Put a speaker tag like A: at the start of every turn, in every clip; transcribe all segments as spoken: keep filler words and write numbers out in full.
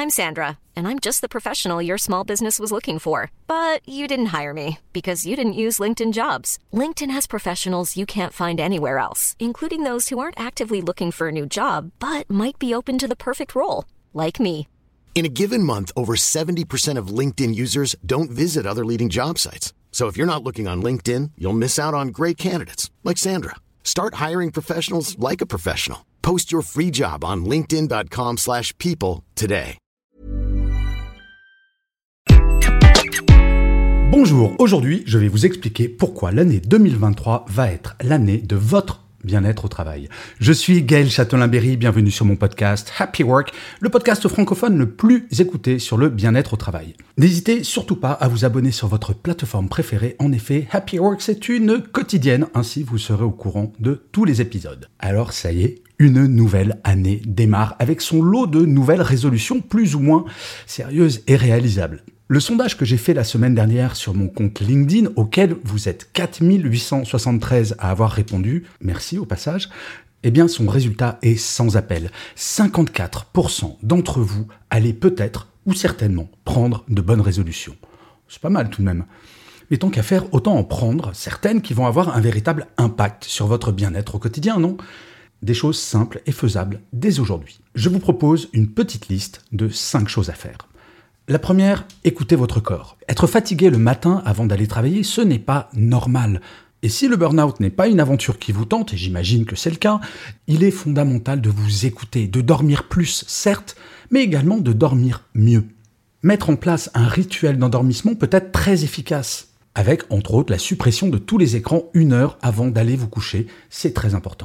A: I'm Sandra, and I'm just the professional your small business was looking for. But you didn't hire me because you didn't use LinkedIn Jobs. LinkedIn has professionals you can't find anywhere else, including those who aren't actively looking for a new job, but might be open to the perfect role, like me.
B: In a given month, over seventy percent of LinkedIn users don't visit other leading job sites. So if you're not looking on LinkedIn, you'll miss out on great candidates like Sandra. Start hiring professionals like a professional. Post your free job on linkedin.com slash people today.
C: Bonjour, aujourd'hui je vais vous expliquer pourquoi l'année deux mille vingt-trois va être l'année de votre bien-être au travail. Je suis Gaël Châtelain-Berry, bienvenue sur mon podcast Happy Work, le podcast francophone le plus écouté sur le bien-être au travail. N'hésitez surtout pas à vous abonner sur votre plateforme préférée, en effet, Happy Work c'est une quotidienne, ainsi vous serez au courant de tous les épisodes. Alors ça y est, une nouvelle année démarre avec son lot de nouvelles résolutions plus ou moins sérieuses et réalisables. Le sondage que j'ai fait la semaine dernière sur mon compte LinkedIn, auquel vous êtes quatre mille huit cent soixante-treize à avoir répondu, merci au passage, eh bien son résultat est sans appel. cinquante-quatre pour cent d'entre vous allez peut-être ou certainement prendre de bonnes résolutions. C'est pas mal tout de même. Mais tant qu'à faire, autant en prendre certaines qui vont avoir un véritable impact sur votre bien-être au quotidien, non ? Des choses simples et faisables dès aujourd'hui. Je vous propose une petite liste de cinq choses à faire. La première, écoutez votre corps. Être fatigué le matin avant d'aller travailler, ce n'est pas normal. Et si le burn-out n'est pas une aventure qui vous tente, et j'imagine que c'est le cas, il est fondamental de vous écouter, de dormir plus, certes, mais également de dormir mieux. Mettre en place un rituel d'endormissement peut être très efficace, avec entre autres la suppression de tous les écrans une heure avant d'aller vous coucher, c'est très important.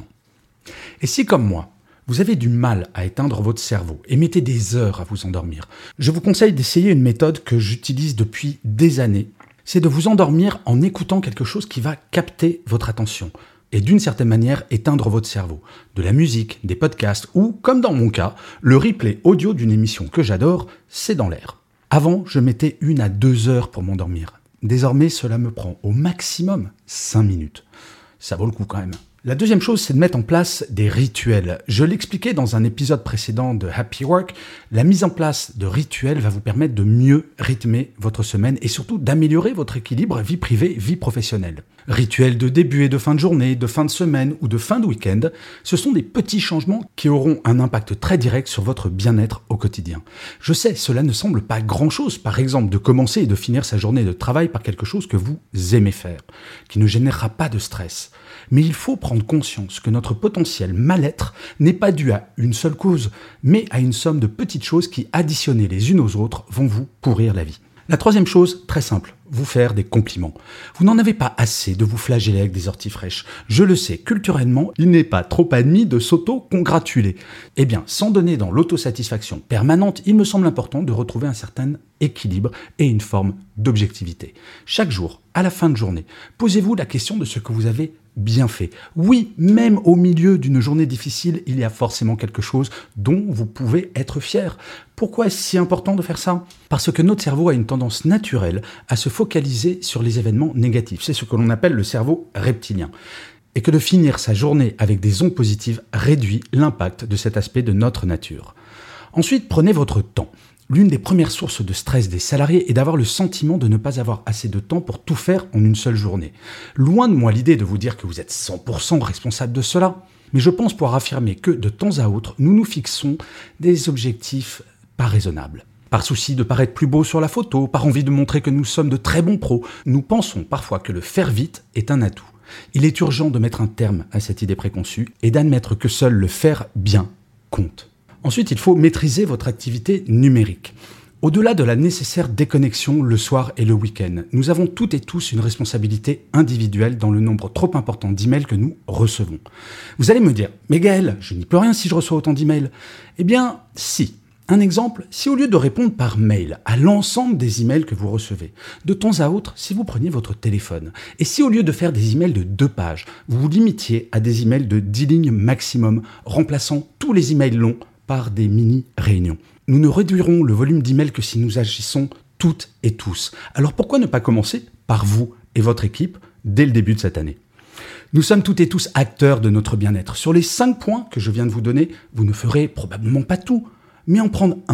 C: Et si comme moi, vous avez du mal à éteindre votre cerveau et mettez des heures à vous endormir, je vous conseille d'essayer une méthode que j'utilise depuis des années. C'est de vous endormir en écoutant quelque chose qui va capter votre attention et d'une certaine manière éteindre votre cerveau. De la musique, des podcasts ou, comme dans mon cas, le replay audio d'une émission que j'adore, c'est dans l'air. Avant, je mettais une à deux heures pour m'endormir. Désormais, cela me prend au maximum cinq minutes. Ça vaut le coup quand même. La deuxième chose, c'est de mettre en place des rituels. Je l'expliquais dans un épisode précédent de Happy Work, la mise en place de rituels va vous permettre de mieux rythmer votre semaine et surtout d'améliorer votre équilibre vie privée, vie professionnelle. Rituels de début et de fin de journée, de fin de semaine ou de fin de week-end, ce sont des petits changements qui auront un impact très direct sur votre bien-être au quotidien. Je sais, cela ne semble pas grand-chose, par exemple de commencer et de finir sa journée de travail par quelque chose que vous aimez faire, qui ne générera pas de stress. Mais il faut prendre conscience que notre potentiel mal-être n'est pas dû à une seule cause, mais à une somme de petites choses qui, additionnées les unes aux autres, vont vous pourrir la vie. La troisième chose, très simple, vous faire des compliments. Vous n'en avez pas assez de vous flageller avec des orties fraîches. Je le sais, culturellement, il n'est pas trop admis de s'auto-congratuler. Eh bien, sans donner dans l'autosatisfaction permanente, il me semble important de retrouver un certain équilibre et une forme d'objectivité. Chaque jour, à la fin de journée, posez-vous la question de ce que vous avez bien fait. Oui, même au milieu d'une journée difficile, il y a forcément quelque chose dont vous pouvez être fier. Pourquoi est-ce si important de faire ça ? Parce que notre cerveau a une tendance naturelle à se focaliser sur les événements négatifs. C'est ce que l'on appelle le cerveau reptilien. Et que de finir sa journée avec des ondes positives réduit l'impact de cet aspect de notre nature. Ensuite, prenez votre temps. L'une des premières sources de stress des salariés est d'avoir le sentiment de ne pas avoir assez de temps pour tout faire en une seule journée. Loin de moi l'idée de vous dire que vous êtes cent pour cent responsable de cela, mais je pense pouvoir affirmer que de temps à autre, nous nous fixons des objectifs pas raisonnables. Par souci de paraître plus beau sur la photo, par envie de montrer que nous sommes de très bons pros, nous pensons parfois que le faire vite est un atout. Il est urgent de mettre un terme à cette idée préconçue et d'admettre que seul le faire bien compte. Ensuite, il faut maîtriser votre activité numérique. Au-delà de la nécessaire déconnexion le soir et le week-end, nous avons toutes et tous une responsabilité individuelle dans le nombre trop important d'emails que nous recevons. Vous allez me dire, mais Gaël, je n'y peux rien si je reçois autant d'emails. Eh bien, si. Un exemple, si au lieu de répondre par mail à l'ensemble des emails que vous recevez, de temps à autre, si vous preniez votre téléphone, et si au lieu de faire des emails de deux pages, vous vous limitiez à des emails de dix lignes maximum, remplaçant tous les emails longs par des mini-réunions. Nous ne réduirons le volume d'emails que si nous agissons toutes et tous. Alors pourquoi ne pas commencer par vous et votre équipe dès le début de cette année ? Nous sommes toutes et tous acteurs de notre bien-être. Sur les cinq points que je viens de vous donner, vous ne ferez probablement pas tout, mais en prendre un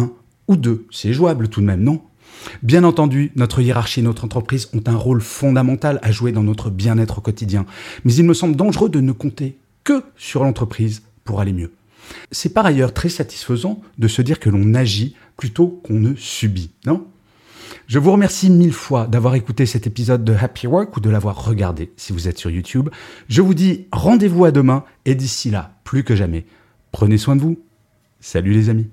C: Ou deux, c'est jouable tout de même, non ? Bien entendu, notre hiérarchie et notre entreprise ont un rôle fondamental à jouer dans notre bien-être au quotidien. Mais il me semble dangereux de ne compter que sur l'entreprise pour aller mieux. C'est par ailleurs très satisfaisant de se dire que l'on agit plutôt qu'on ne subit, non ? Je vous remercie mille fois d'avoir écouté cet épisode de Happy Work ou de l'avoir regardé si vous êtes sur YouTube. Je vous dis rendez-vous à demain et d'ici là, plus que jamais, prenez soin de vous. Salut les amis.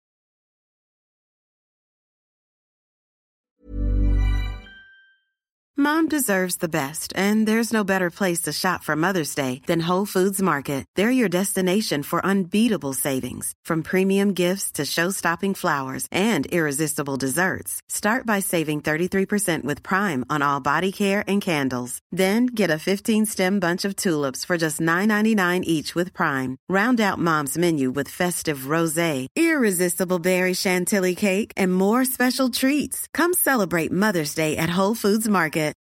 D: Mom deserves the best, and there's no better place to shop for Mother's Day than Whole Foods Market. They're your destination for unbeatable savings, from premium gifts to show-stopping flowers and irresistible desserts. Start by saving thirty-three percent with Prime on all body care and candles. Then get a fifteen-stem bunch of tulips for just nine ninety-nine each with Prime. Round out Mom's menu with festive rosé, irresistible berry chantilly cake, and more special treats. Come celebrate Mother's Day at Whole Foods Market.